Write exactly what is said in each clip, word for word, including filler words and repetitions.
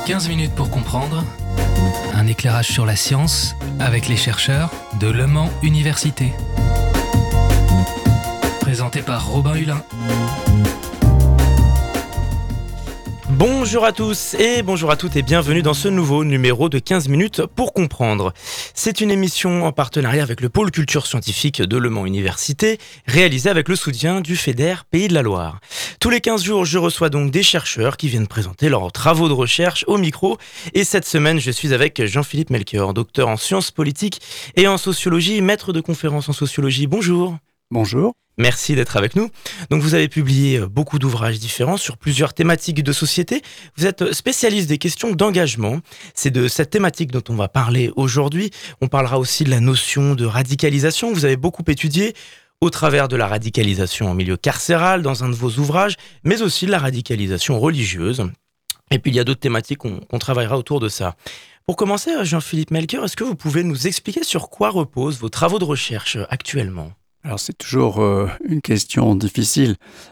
quinze minutes pour comprendre, un éclairage sur la science avec les chercheurs de Le Mans Université. Présenté par Robin Hulin. Bonjour à tous et bonjour à toutes et bienvenue dans ce nouveau numéro de quinze minutes pour comprendre. C'est une émission en partenariat avec le pôle culture scientifique de Le Mans Université, réalisée avec le soutien du FEDER Pays de la Loire. Tous les quinze jours, je reçois donc des chercheurs qui viennent présenter leurs travaux de recherche au micro. Et cette semaine, je suis avec Jean-Philippe Melchior, docteur en sciences politiques et en sociologie, maître de conférences en sociologie. Bonjour. Bonjour. Merci d'être avec nous. Donc vous avez publié beaucoup d'ouvrages différents sur plusieurs thématiques de société. Vous êtes spécialiste des questions d'engagement. C'est de cette thématique dont on va parler aujourd'hui. On parlera aussi de la notion de radicalisation. Vous avez beaucoup étudié au travers de la radicalisation en milieu carcéral dans un de vos ouvrages, mais aussi de la radicalisation religieuse. Et puis il y a d'autres thématiques qu'on, qu'on travaillera autour de ça. Pour commencer, Jean-Philippe Melchior, est-ce que vous pouvez nous expliquer sur quoi reposent vos travaux de recherche actuellement ? Alors c'est toujours euh, une question difficile.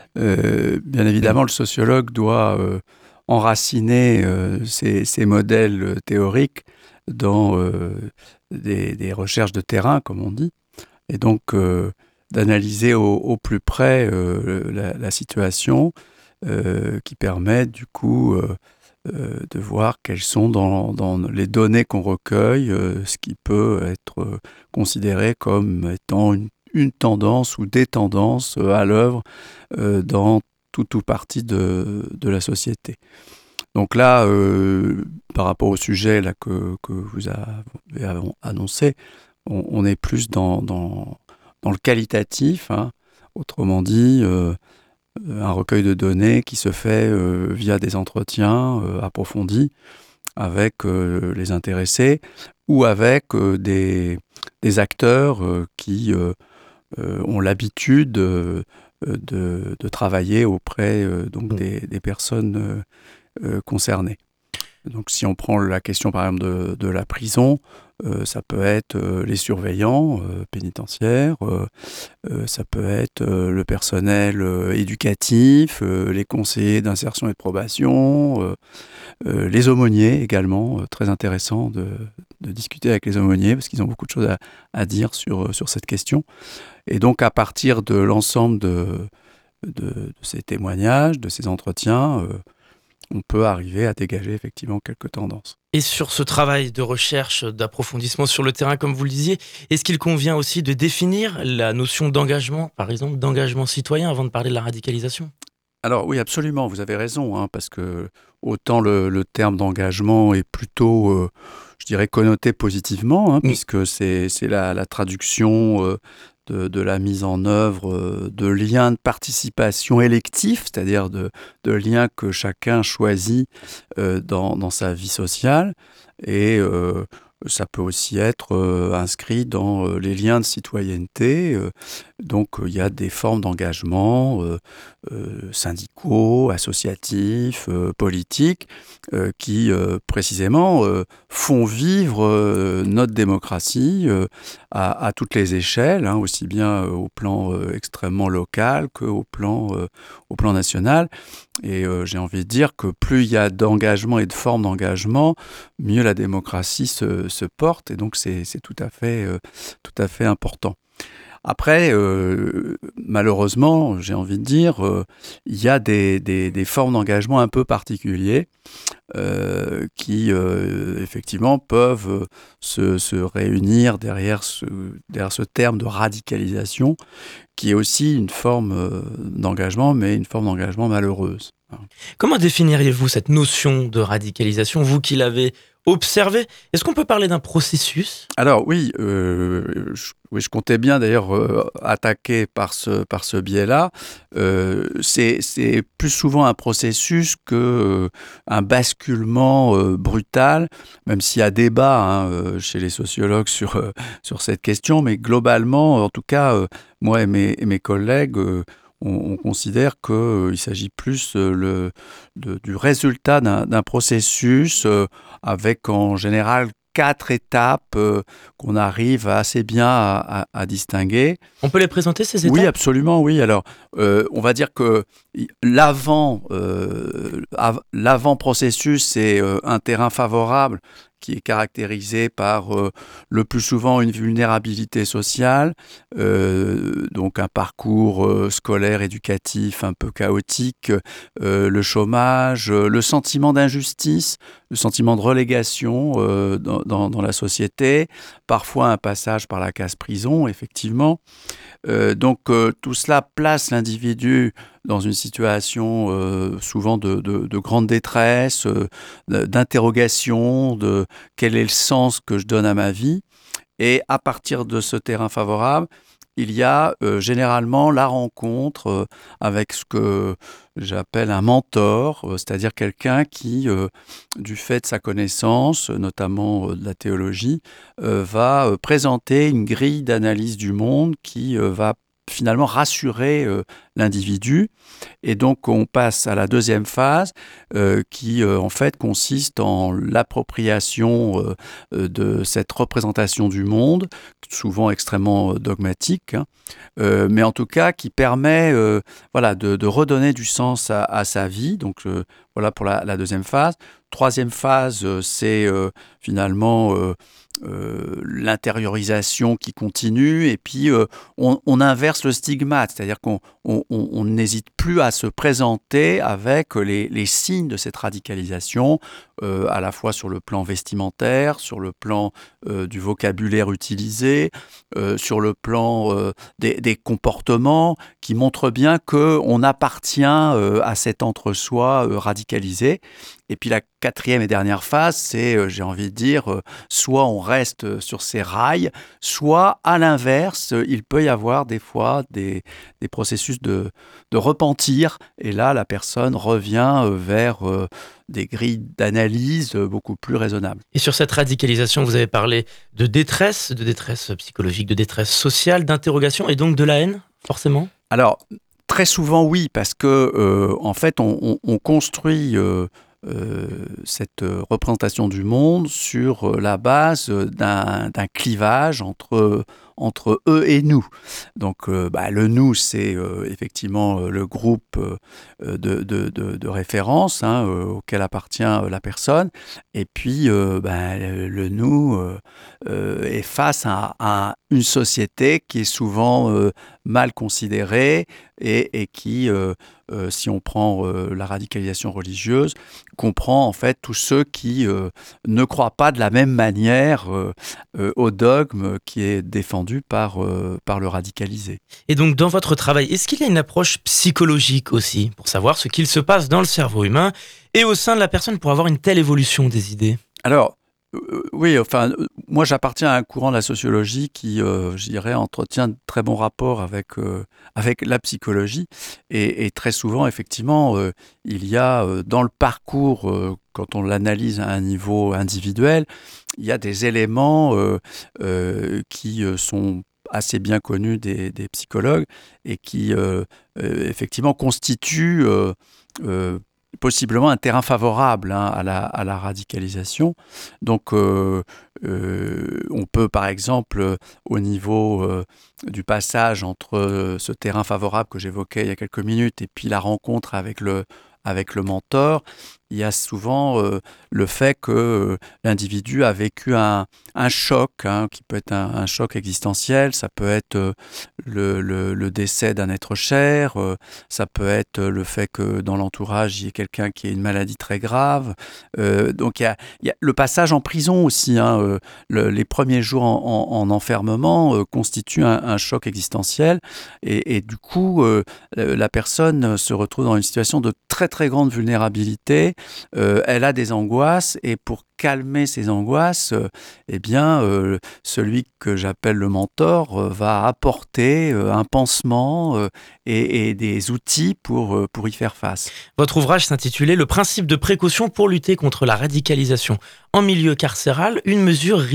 Euh, bien évidemment, le sociologue doit euh, enraciner euh, ses, ses modèles théoriques dans euh, des, des recherches de terrain, comme on dit, et donc euh, d'analyser au, au plus près euh, la, la situation euh, qui permet du coup euh, euh, de voir quelles sont dans, dans les données qu'on recueille, euh, ce qui peut être euh, considéré comme étant une une tendance ou des tendances à l'œuvre euh, dans toute ou partie de, de la société. Donc là, euh, par rapport au sujet là, que, que vous avez annoncé, on, on est plus dans, dans, dans le qualitatif, hein. Autrement dit, euh, un recueil de données qui se fait euh, via des entretiens euh, approfondis avec euh, les intéressés ou avec euh, des, des acteurs euh, qui euh, Euh, ont l'habitude euh, de, de travailler auprès euh, donc des, des personnes euh, euh, concernées. Donc si on prend la question par exemple de, de la prison, euh, ça peut être euh, les surveillants euh, pénitentiaires, euh, euh, ça peut être euh, le personnel euh, éducatif, euh, les conseillers d'insertion et de probation, euh, euh, les aumôniers également, euh, très intéressant de, de discuter avec les aumôniers parce qu'ils ont beaucoup de choses à, à dire sur, sur cette question. Et donc à partir de l'ensemble de, de, de ces témoignages, de ces entretiens, euh, on peut arriver à dégager effectivement quelques tendances. Et sur ce travail de recherche, d'approfondissement sur le terrain, comme vous le disiez, est-ce qu'il convient aussi de définir la notion d'engagement, par exemple, d'engagement citoyen avant de parler de la radicalisation ? Alors oui, absolument, vous avez raison, hein, parce que autant le, le terme d'engagement est plutôt, euh, je dirais, connoté positivement, hein, mmh. puisque c'est, c'est la, la traduction euh, de, de la mise en œuvre euh, de liens de participation électifs, c'est-à-dire de, de liens que chacun choisit euh, dans, dans sa vie sociale, et euh, ça peut aussi être euh, inscrit dans euh, les liens de citoyenneté. Euh, donc, il euh, y a des formes d'engagement euh, euh, syndicaux, associatifs, euh, politiques, euh, qui euh, précisément euh, font vivre euh, notre démocratie euh, à, à toutes les échelles, hein, aussi bien euh, au plan euh, extrêmement local qu'au plan, euh, au plan national. Et euh, j'ai envie de dire que plus il y a d'engagement et de formes d'engagement, mieux la démocratie se, se porte. Et donc, c'est, c'est tout à fait, euh, tout à fait important. Après, euh, malheureusement, j'ai envie de dire, euh, il y a des, des, des formes d'engagement un peu particuliers euh, qui, euh, effectivement, peuvent se, se réunir derrière ce, derrière ce terme de radicalisation, qui est aussi une forme euh, d'engagement, mais une forme d'engagement malheureuse. Comment définiriez-vous cette notion de radicalisation, vous qui l'avez observé ? Est-ce qu'on peut parler d'un processus ? Alors oui, euh, je, oui, je comptais bien d'ailleurs euh, attaquer par ce, par ce biais-là. Euh, c'est, c'est plus souvent un processus qu'un euh, basculement euh, brutal, même s'il y a débat hein, euh, chez les sociologues sur, euh, sur cette question, mais globalement, en tout cas, euh, moi et mes, et mes collègues, euh, On, on considère qu'il euh, s'agit plus euh, le, de, du résultat d'un, d'un processus euh, avec en général quatre étapes euh, qu'on arrive assez bien à, à, à distinguer. On peut les présenter, ces étapes ? Oui, absolument, oui. Alors, euh, on va dire que l'avant, euh, l'avant-processus, c'est euh, un terrain favorable qui est caractérisé par euh, le plus souvent une vulnérabilité sociale, euh, donc un parcours euh, scolaire, éducatif un peu chaotique, euh, le chômage, euh, le sentiment d'injustice, le sentiment de relégation euh, dans, dans, dans la société, parfois un passage par la case prison, effectivement. Euh, donc euh, tout cela place l'individu dans une situation euh, souvent de, de, de grande détresse, euh, d'interrogation, de quel est le sens que je donne à ma vie. Et à partir de ce terrain favorable, il y a euh, généralement la rencontre euh, avec ce que j'appelle un mentor, euh, c'est-à-dire quelqu'un qui, euh, du fait de sa connaissance, notamment euh, de la théologie, euh, va euh, présenter une grille d'analyse du monde qui euh, va finalement rassurer euh, l'individu. Et donc, on passe à la deuxième phase euh, qui, euh, en fait, consiste en l'appropriation euh, de cette représentation du monde, souvent extrêmement dogmatique, hein, euh, mais en tout cas qui permet euh, voilà, de, de redonner du sens à, à sa vie. Donc, euh, voilà pour la, la deuxième phase. Troisième phase, euh, c'est euh, finalement... Euh, Euh, l'intériorisation qui continue et puis euh, on, on inverse le stigmate, c'est-à-dire qu'on on, on, on n'hésite plus à se présenter avec les, les signes de cette radicalisation, euh, à la fois sur le plan vestimentaire, sur le plan euh, du vocabulaire utilisé, euh, sur le plan euh, des, des comportements qui montrent bien qu'on appartient euh, à cet entre-soi euh, radicalisé. Et puis la quatrième et dernière phase, c'est, euh, j'ai envie de dire, euh, soit on reste sur ces rails, soit à l'inverse, il peut y avoir des fois des, des processus de, de repentir. Et là, la personne revient euh, vers euh, des grilles d'analyse euh, beaucoup plus raisonnables. Et sur cette radicalisation, vous avez parlé de détresse, de détresse psychologique, de détresse sociale, d'interrogation et donc de la haine, forcément ? Alors, très souvent, oui, parce que euh, en fait, on, on, on construit... Euh, Euh, cette représentation du monde sur la base d'un, d'un clivage entre, entre eux et nous. Donc euh, bah, le nous, c'est euh, effectivement euh, le groupe euh, de, de, de, de référence hein, euh, auquel appartient euh, la personne. Et puis euh, bah, le nous euh, euh, est face à, à une société qui est souvent euh, mal considérée et, et qui, euh, euh, si on prend euh, la radicalisation religieuse, comprend en fait tous ceux qui euh, ne croient pas de la même manière euh, euh, au dogme qui est défendu par, euh, par le radicalisé. Et donc dans votre travail, est-ce qu'il y a une approche psychologique aussi pour savoir ce qu'il se passe dans le cerveau humain et au sein de la personne pour avoir une telle évolution des idées ? Alors, Euh, oui, enfin, euh, moi j'appartiens à un courant de la sociologie qui, euh, je dirais, entretient de très bons rapports avec, euh, avec la psychologie. Et, et très souvent, effectivement, euh, il y a euh, dans le parcours, euh, quand on l'analyse à un niveau individuel, il y a des éléments euh, euh, qui euh, sont assez bien connus des, des psychologues et qui, euh, euh, effectivement, constituent... Euh, euh, possiblement un terrain favorable hein, à, la, à la radicalisation. Donc, euh, euh, on peut, par exemple, euh, au niveau euh, du passage entre euh, ce terrain favorable que j'évoquais il y a quelques minutes et puis la rencontre avec le, avec le mentor, il y a souvent euh, le fait que euh, l'individu a vécu un, un choc, hein, qui peut être un, un choc existentiel, ça peut être euh, le, le, le décès d'un être cher, euh, ça peut être le fait que dans l'entourage, il y ait quelqu'un qui ait une maladie très grave. Euh, donc il y a, il y a le passage en prison aussi, hein, euh, le, les premiers jours en, en, en enfermement euh, constituent un, un choc existentiel et, et du coup, euh, la personne se retrouve dans une situation de très très grande vulnérabilité. Euh, elle a des angoisses et pour calmer ces angoisses, euh, eh bien, euh, celui que j'appelle le mentor euh, va apporter euh, un pansement euh, et, et des outils pour, euh, pour y faire face. Votre ouvrage s'intitulait « Le principe de précaution pour lutter contre la radicalisation en milieu carcéral, une mesure risquée ».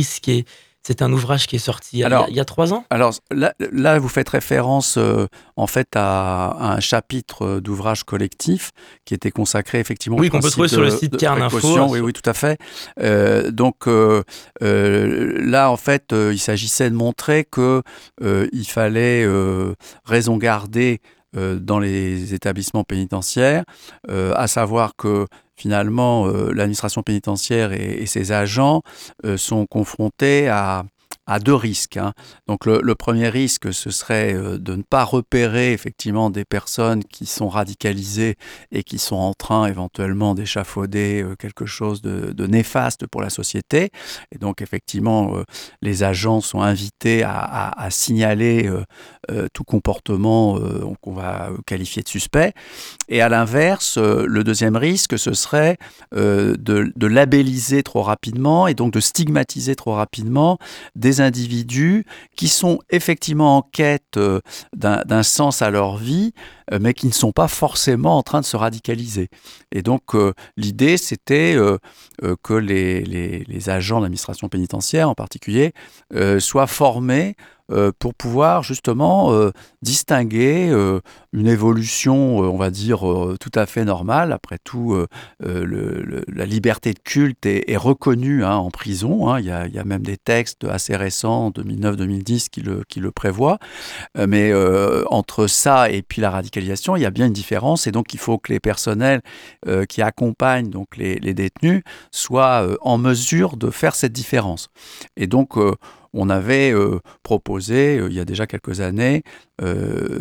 C'est un ouvrage qui est sorti il y a, alors, il y a trois ans. Alors là, là, vous faites référence euh, en fait à, à un chapitre d'ouvrage collectif qui était consacré effectivement oui, au qu'on peut trouver de, sur le site Cairn-Info. Oui, oui, tout à fait. Euh, donc euh, euh, là, en fait, euh, il s'agissait de montrer que euh, il fallait euh, raison garder euh, dans les établissements pénitentiaires, euh, à savoir que finalement, euh, l'administration pénitentiaire et, et ses agents euh, sont confrontés à à deux risques. Hein. Donc le, le premier risque, ce serait euh, de ne pas repérer effectivement des personnes qui sont radicalisées et qui sont en train éventuellement d'échafauder euh, quelque chose de, de néfaste pour la société. Et donc effectivement, euh, les agents sont invités à, à, à signaler euh, euh, tout comportement euh, qu'on va qualifier de suspect. Et à l'inverse, euh, le deuxième risque, ce serait euh, de, de labelliser trop rapidement et donc de stigmatiser trop rapidement des individus qui sont effectivement en quête euh, d'un, d'un sens à leur vie, euh, mais qui ne sont pas forcément en train de se radicaliser. Et donc, euh, l'idée, c'était euh, euh, que les, les, les agents de l'administration pénitentiaire, en particulier, euh, soient formés euh, pour pouvoir justement euh, distinguer euh, une évolution, euh, on va dire, euh, tout à fait normale. Après tout, euh, euh, le, le, la liberté de culte est, est reconnue hein, en prison. Hein. Il y a, il y a même des textes assez récents, deux mille neuf deux mille dix, qui le, qui le prévoient. Euh, mais euh, entre ça et puis la radicalisation, il y a bien une différence. Et donc, il faut que les personnels euh, qui accompagnent donc, les, les détenus soient euh, en mesure de faire cette différence. Et donc, euh, on avait euh, proposé, euh, il y a déjà quelques années, euh,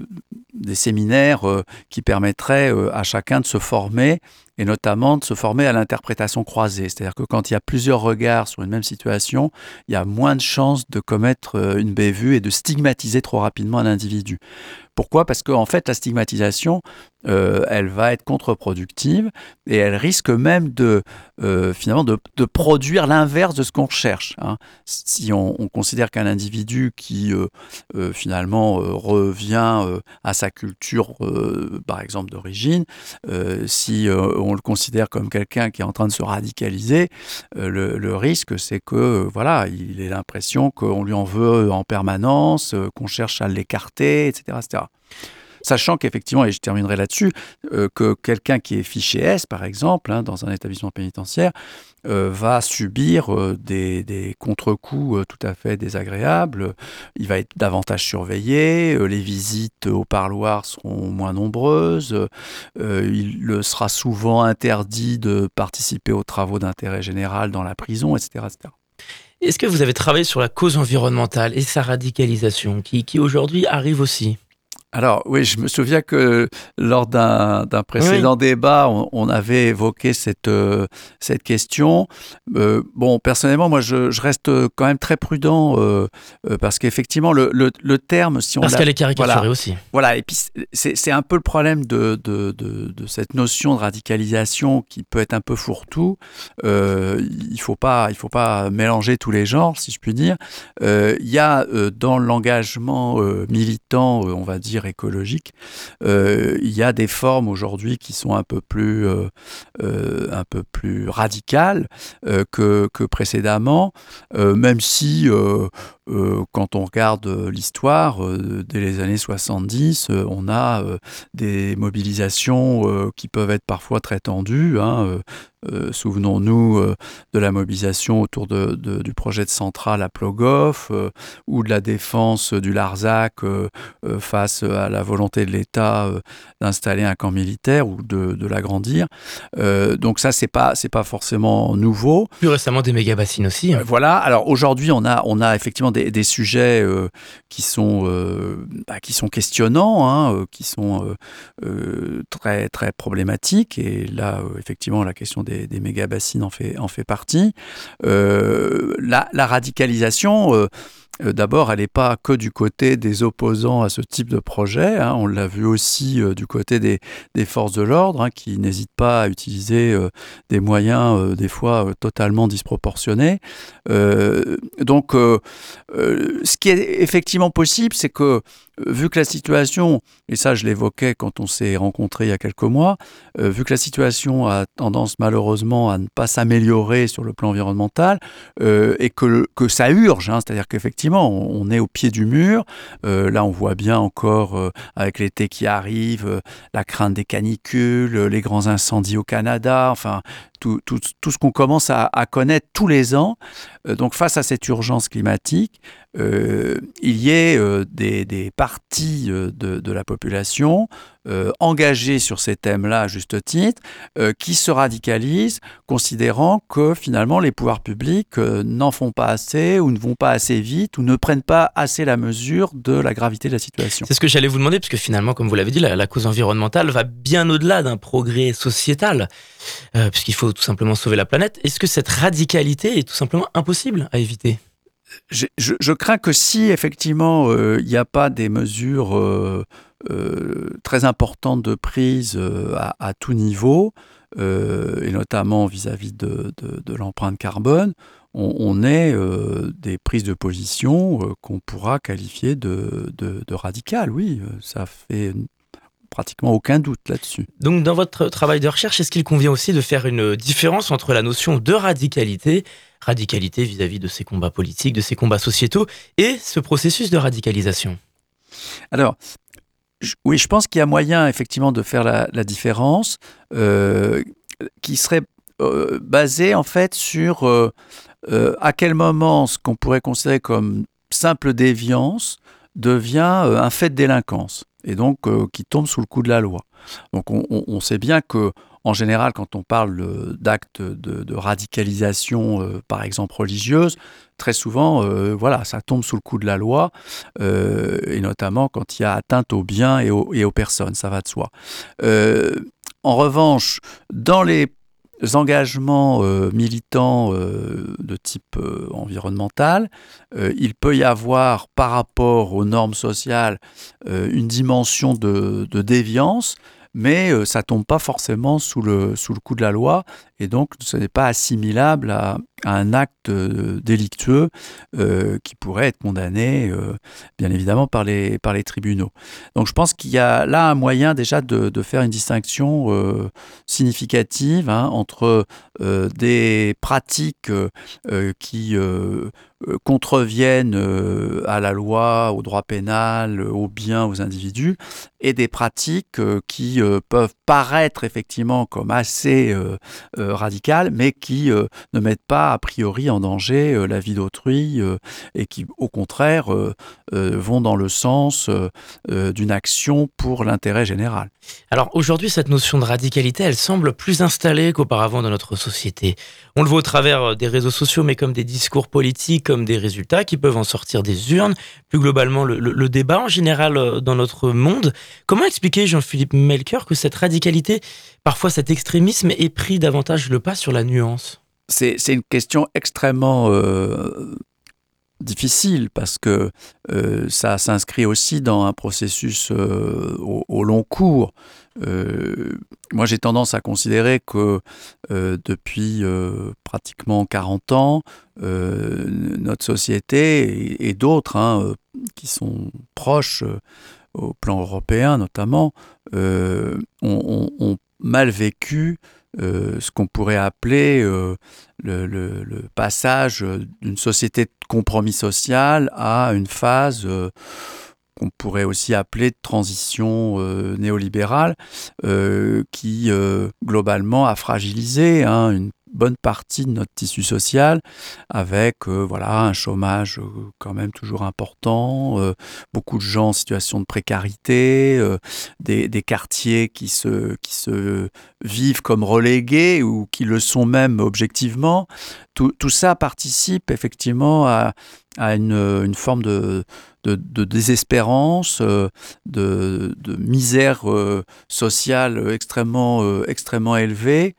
des séminaires euh, qui permettraient euh, à chacun de se former, et notamment de se former à l'interprétation croisée. C'est-à-dire que quand il y a plusieurs regards sur une même situation, il y a moins de chances de commettre euh, une bévue et de stigmatiser trop rapidement un individu. Pourquoi ? Parce qu'en fait, la stigmatisation, euh, elle va être contre-productive et elle risque même de, euh, finalement, de, de produire l'inverse de ce qu'on recherche. Hein. Si on, on considère qu'un individu qui, euh, euh, finalement, euh, revient euh, à sa culture, euh, par exemple, d'origine, euh, si euh, on le considère comme quelqu'un qui est en train de se radicaliser, euh, le, le risque, c'est que, euh, voilà, il ait l'impression qu'on lui en veut en permanence, euh, qu'on cherche à l'écarter, et cetera, et cetera. Sachant qu'effectivement, et je terminerai là-dessus, euh, que quelqu'un qui est fiché S, par exemple, hein, dans un établissement pénitentiaire, euh, va subir euh, des, des contre-coups euh, tout à fait désagréables. Il va être davantage surveillé, euh, les visites au parloir seront moins nombreuses, euh, il sera souvent interdit de participer aux travaux d'intérêt général dans la prison, et cetera, et cetera. Est-ce que vous avez travaillé sur la cause environnementale et sa radicalisation, qui, qui aujourd'hui arrive aussi ? Alors oui, je me souviens que lors d'un, d'un précédent oui. débat, on, on avait évoqué cette, euh, cette question. Euh, bon, personnellement, moi, je, je reste quand même très prudent euh, euh, parce qu'effectivement, le, le, le terme, si on parce l'a, qu'elle est caricaturée voilà, aussi. Voilà, et puis c'est, c'est un peu le problème de, de, de, de cette notion de radicalisation qui peut être un peu fourre-tout. Euh, il faut pas, il faut pas mélanger tous les genres, si je puis dire. Euh, il y a euh, dans l'engagement euh, militant, euh, on va dire, écologique, euh, il y a des formes aujourd'hui qui sont un peu plus, euh, euh, un peu plus radicales euh, que, que précédemment, euh, même si euh, euh, quand on regarde l'histoire, euh, dès les années soixante-dix, euh, on a euh, des mobilisations euh, qui peuvent être parfois très tendues, hein, euh, Euh, souvenons-nous euh, de la mobilisation autour de, de, du projet de centrale à Plogoff euh, ou de la défense du Larzac euh, euh, face à la volonté de l'État euh, d'installer un camp militaire ou de, de l'agrandir. Euh, donc ça, c'est pas, c'est pas forcément nouveau. Plus récemment, des méga-bassines aussi. Hein. Euh, voilà. Alors aujourd'hui, on a, on a effectivement des, des sujets euh, qui, sont, euh, bah, qui sont questionnants, hein, euh, qui sont euh, euh, très, très problématiques. Et là, euh, effectivement, la question des Des, des méga-bassines en fait, en fait partie. Euh, la, la radicalisation, euh, euh, d'abord, elle n'est pas que du côté des opposants à ce type de projet. Hein. On l'a vu aussi euh, du côté des, des forces de l'ordre, hein, qui n'hésitent pas à utiliser euh, des moyens, euh, des fois, euh, totalement disproportionnés. Euh, donc, euh, euh, ce qui est effectivement possible, c'est que vu que la situation, et ça je l'évoquais quand on s'est rencontrés il y a quelques mois, euh, vu que la situation a tendance malheureusement à ne pas s'améliorer sur le plan environnemental, euh, et que, que ça urge, hein, c'est-à-dire qu'effectivement on, on est au pied du mur, euh, là on voit bien encore euh, avec l'été qui arrive, euh, la crainte des canicules, euh, les grands incendies au Canada, enfin tout, tout, tout ce qu'on commence à, à connaître tous les ans. Euh, donc face à cette urgence climatique, euh, il y ait euh, des, des parties euh, de, de la population euh, engagées sur ces thèmes-là à juste titre, euh, qui se radicalisent, considérant que finalement les pouvoirs publics euh, n'en font pas assez ou ne vont pas assez vite ou ne prennent pas assez la mesure de la gravité de la situation. C'est ce que j'allais vous demander, parce que finalement, comme vous l'avez dit, la, la cause environnementale va bien au-delà d'un progrès sociétal, euh, puisqu'il faut tout simplement sauver la planète. Est-ce que cette radicalité est tout simplement impossible à éviter ? Je, je, je crains que si effectivement il euh, n'y a pas des mesures euh, euh, très importantes de prise euh, à, à tout niveau, euh, et notamment vis-à-vis de, de, de l'empreinte carbone, on, on ait euh, des prises de position euh, qu'on pourra qualifier de, de, de radicales. Oui, ça fait pratiquement aucun doute là-dessus. Donc dans votre travail de recherche, est-ce qu'il convient aussi de faire une différence entre la notion de radicalité, radicalité vis-à-vis de ces combats politiques, de ces combats sociétaux, et ce processus de radicalisation ? Alors, je, oui, je pense qu'il y a moyen effectivement de faire la, la différence, euh, qui serait euh, basée en fait sur euh, euh, à quel moment ce qu'on pourrait considérer comme simple déviance devient euh, un fait de délinquance, et donc euh, qui tombe sous le coup de la loi. Donc on, on, on sait bien que en général, quand on parle d'actes de, de radicalisation, euh, par exemple religieuse, très souvent, euh, voilà, ça tombe sous le coup de la loi, euh, et notamment quand il y a atteinte aux biens et aux, et aux personnes, ça va de soi. Euh, en revanche, dans les engagements euh, militants euh, de type euh, environnemental, euh, il peut y avoir, par rapport aux normes sociales, euh, une dimension de, de déviance, mais euh, ça ne tombe pas forcément sous le, sous le coup de la loi, et donc ce n'est pas assimilable à, à un acte euh, délictueux euh, qui pourrait être condamné, euh, bien évidemment, par les, par les tribunaux. Donc je pense qu'il y a là un moyen déjà de, de faire une distinction euh, significative hein, entre euh, des pratiques euh, qui euh, contreviennent euh, à la loi, au droit pénal, aux biens, aux individus, et des pratiques euh, qui euh, peuvent paraître effectivement comme assez euh, euh, radicales, mais qui euh, ne mettent pas a priori en danger euh, la vie d'autrui euh, et qui au contraire euh, euh, vont dans le sens euh, euh, d'une action pour l'intérêt général. Alors aujourd'hui, cette notion de radicalité, elle semble plus installée qu'auparavant dans notre société. On le voit au travers des réseaux sociaux, mais comme des discours politiques, comme des résultats qui peuvent en sortir des urnes, plus globalement le, le, le débat en général dans notre monde. Comment expliquer, Jean-Philippe Melchior, que cette radicalité, parfois cet extrémisme, ait pris davantage le pas sur la nuance ? C'est, c'est une question extrêmement euh, difficile parce que euh, ça s'inscrit aussi dans un processus euh, au, au long cours. Euh, moi, j'ai tendance à considérer que euh, depuis euh, pratiquement quarante ans, euh, notre société et, et d'autres hein, qui sont proches euh, au plan européen notamment, euh, ont, ont, ont mal vécu Euh, ce qu'on pourrait appeler euh, le, le, le passage d'une société de compromis social à une phase euh, qu'on pourrait aussi appeler de transition euh, néolibérale euh, qui euh, globalement a fragilisé hein, une bonne partie de notre tissu social avec euh, voilà, un chômage euh, quand même toujours important, euh, beaucoup de gens en situation de précarité, euh, des, des quartiers qui se, qui se vivent comme relégués ou qui le sont même objectivement. Tout, tout ça participe effectivement à, à une, une forme de, de, de désespérance, euh, de, de misère euh, sociale extrêmement, euh, extrêmement élevée.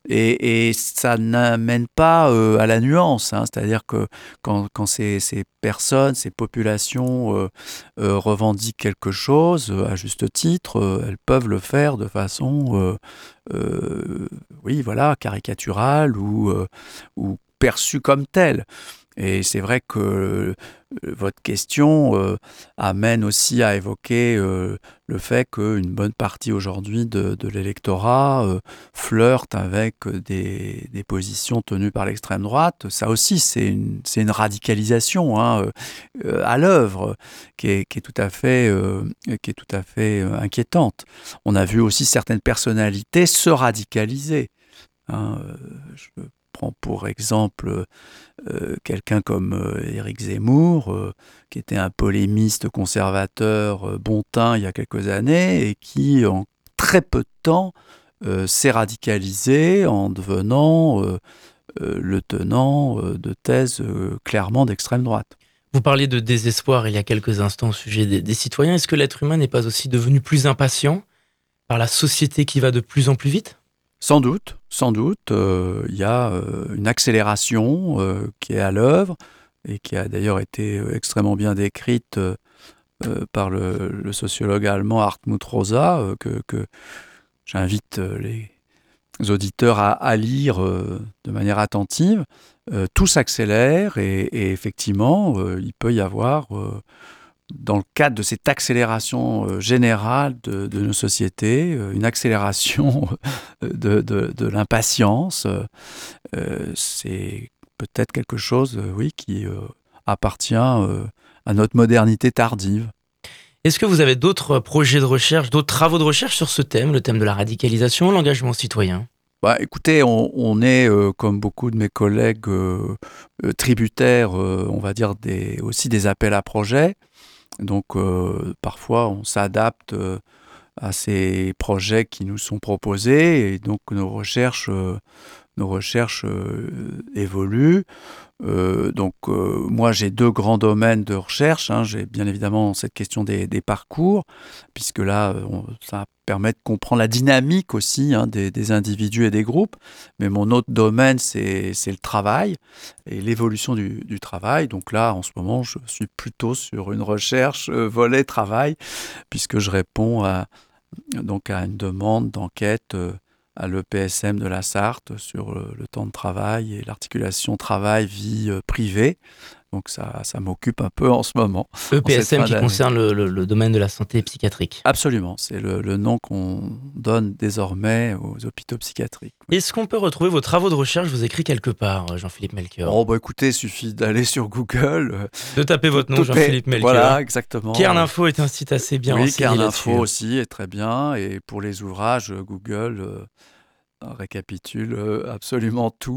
Et, et ça n'amène pas euh, à la nuance, hein, c'est-à-dire que quand, quand ces, ces personnes, ces populations euh, euh, revendiquent quelque chose, euh, à juste titre, euh, elles peuvent le faire de façon, euh, euh, oui, voilà, caricaturale ou, euh, ou perçue comme telle. Et c'est vrai que euh, votre question euh, amène aussi à évoquer euh, le fait qu'une bonne partie aujourd'hui de, de l'électorat euh, flirte avec des, des positions tenues par l'extrême droite. Ça aussi, c'est une, c'est une radicalisation hein, euh, à l'œuvre qui est, qui est tout à fait, euh, qui est tout à fait euh, inquiétante. On a vu aussi certaines personnalités se radicaliser. Hein, euh, je prends pour exemple euh, quelqu'un comme euh, Éric Zemmour, euh, qui était un polémiste conservateur euh, bon teint il y a quelques années et qui, en très peu de temps, euh, s'est radicalisé en devenant euh, euh, le tenant euh, de thèses euh, clairement d'extrême droite. Vous parliez de désespoir il y a quelques instants au sujet des, des citoyens. Est-ce que l'être humain n'est pas aussi devenu plus impatient par la société qui va de plus en plus vite ? Sans doute, sans doute, euh, il y a euh, une accélération euh, qui est à l'œuvre et qui a d'ailleurs été euh, extrêmement bien décrite euh, euh, par le, le sociologue allemand Hartmut Rosa, euh, que, que j'invite euh, les auditeurs à, à lire euh, de manière attentive. Euh, tout s'accélère et, et effectivement, euh, il peut y avoir... Euh, dans le cadre de cette accélération euh, générale de, de nos sociétés, euh, une accélération de, de, de l'impatience, euh, c'est peut-être quelque chose, euh, oui, qui euh, appartient euh, à notre modernité tardive. Est-ce que vous avez d'autres projets de recherche, d'autres travaux de recherche sur ce thème, le thème de la radicalisation, l'engagement citoyen ? Bah, écoutez, on, on est, euh, comme beaucoup de mes collègues, euh, euh, tributaires, euh, on va dire, des, aussi des appels à projets. Donc, euh, parfois, on s'adapte euh, à ces projets qui nous sont proposés et donc nos recherches, euh, nos recherches euh, évoluent. Euh, donc, euh, moi, j'ai deux grands domaines de recherche. Hein. J'ai bien évidemment cette question des, des parcours, puisque là, on, ça permet de comprendre la dynamique aussi hein, des, des individus et des groupes. Mais mon autre domaine, c'est, c'est le travail et l'évolution du, du travail. Donc là, en ce moment, je suis plutôt sur une recherche euh, volet travail, puisque je réponds à, donc à une demande d'enquête euh, à l'E P S M de la Sarthe sur le, le temps de travail et l'articulation travail-vie euh, privée. Donc ça, ça m'occupe un peu en ce moment. E P S M qui concerne le, le, le domaine de la santé psychiatrique. Absolument, c'est le, le nom qu'on donne désormais aux hôpitaux psychiatriques. Est-ce qu'on peut retrouver vos travaux de recherche, vous écrits quelque part, Jean-Philippe Melchior ? Oh bah écoutez, il suffit d'aller sur Google. De taper votre nom, Jean-Philippe Melchior. Voilà, exactement. Cairn-Info est un site assez bien oui, renseigné là-dessus. Cairn-Info aussi est très bien. Et pour les ouvrages, Google euh, récapitule euh, absolument tout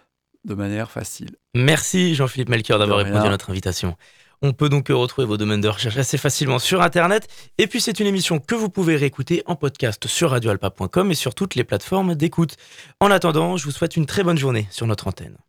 de manière facile. Merci Jean-Philippe Melchior d'avoir De répondu rien. à notre invitation. On peut donc retrouver vos domaines de recherche assez facilement sur Internet. Et puis c'est une émission que vous pouvez réécouter en podcast sur radio alpa point com et sur toutes les plateformes d'écoute. En attendant, je vous souhaite une très bonne journée sur notre antenne.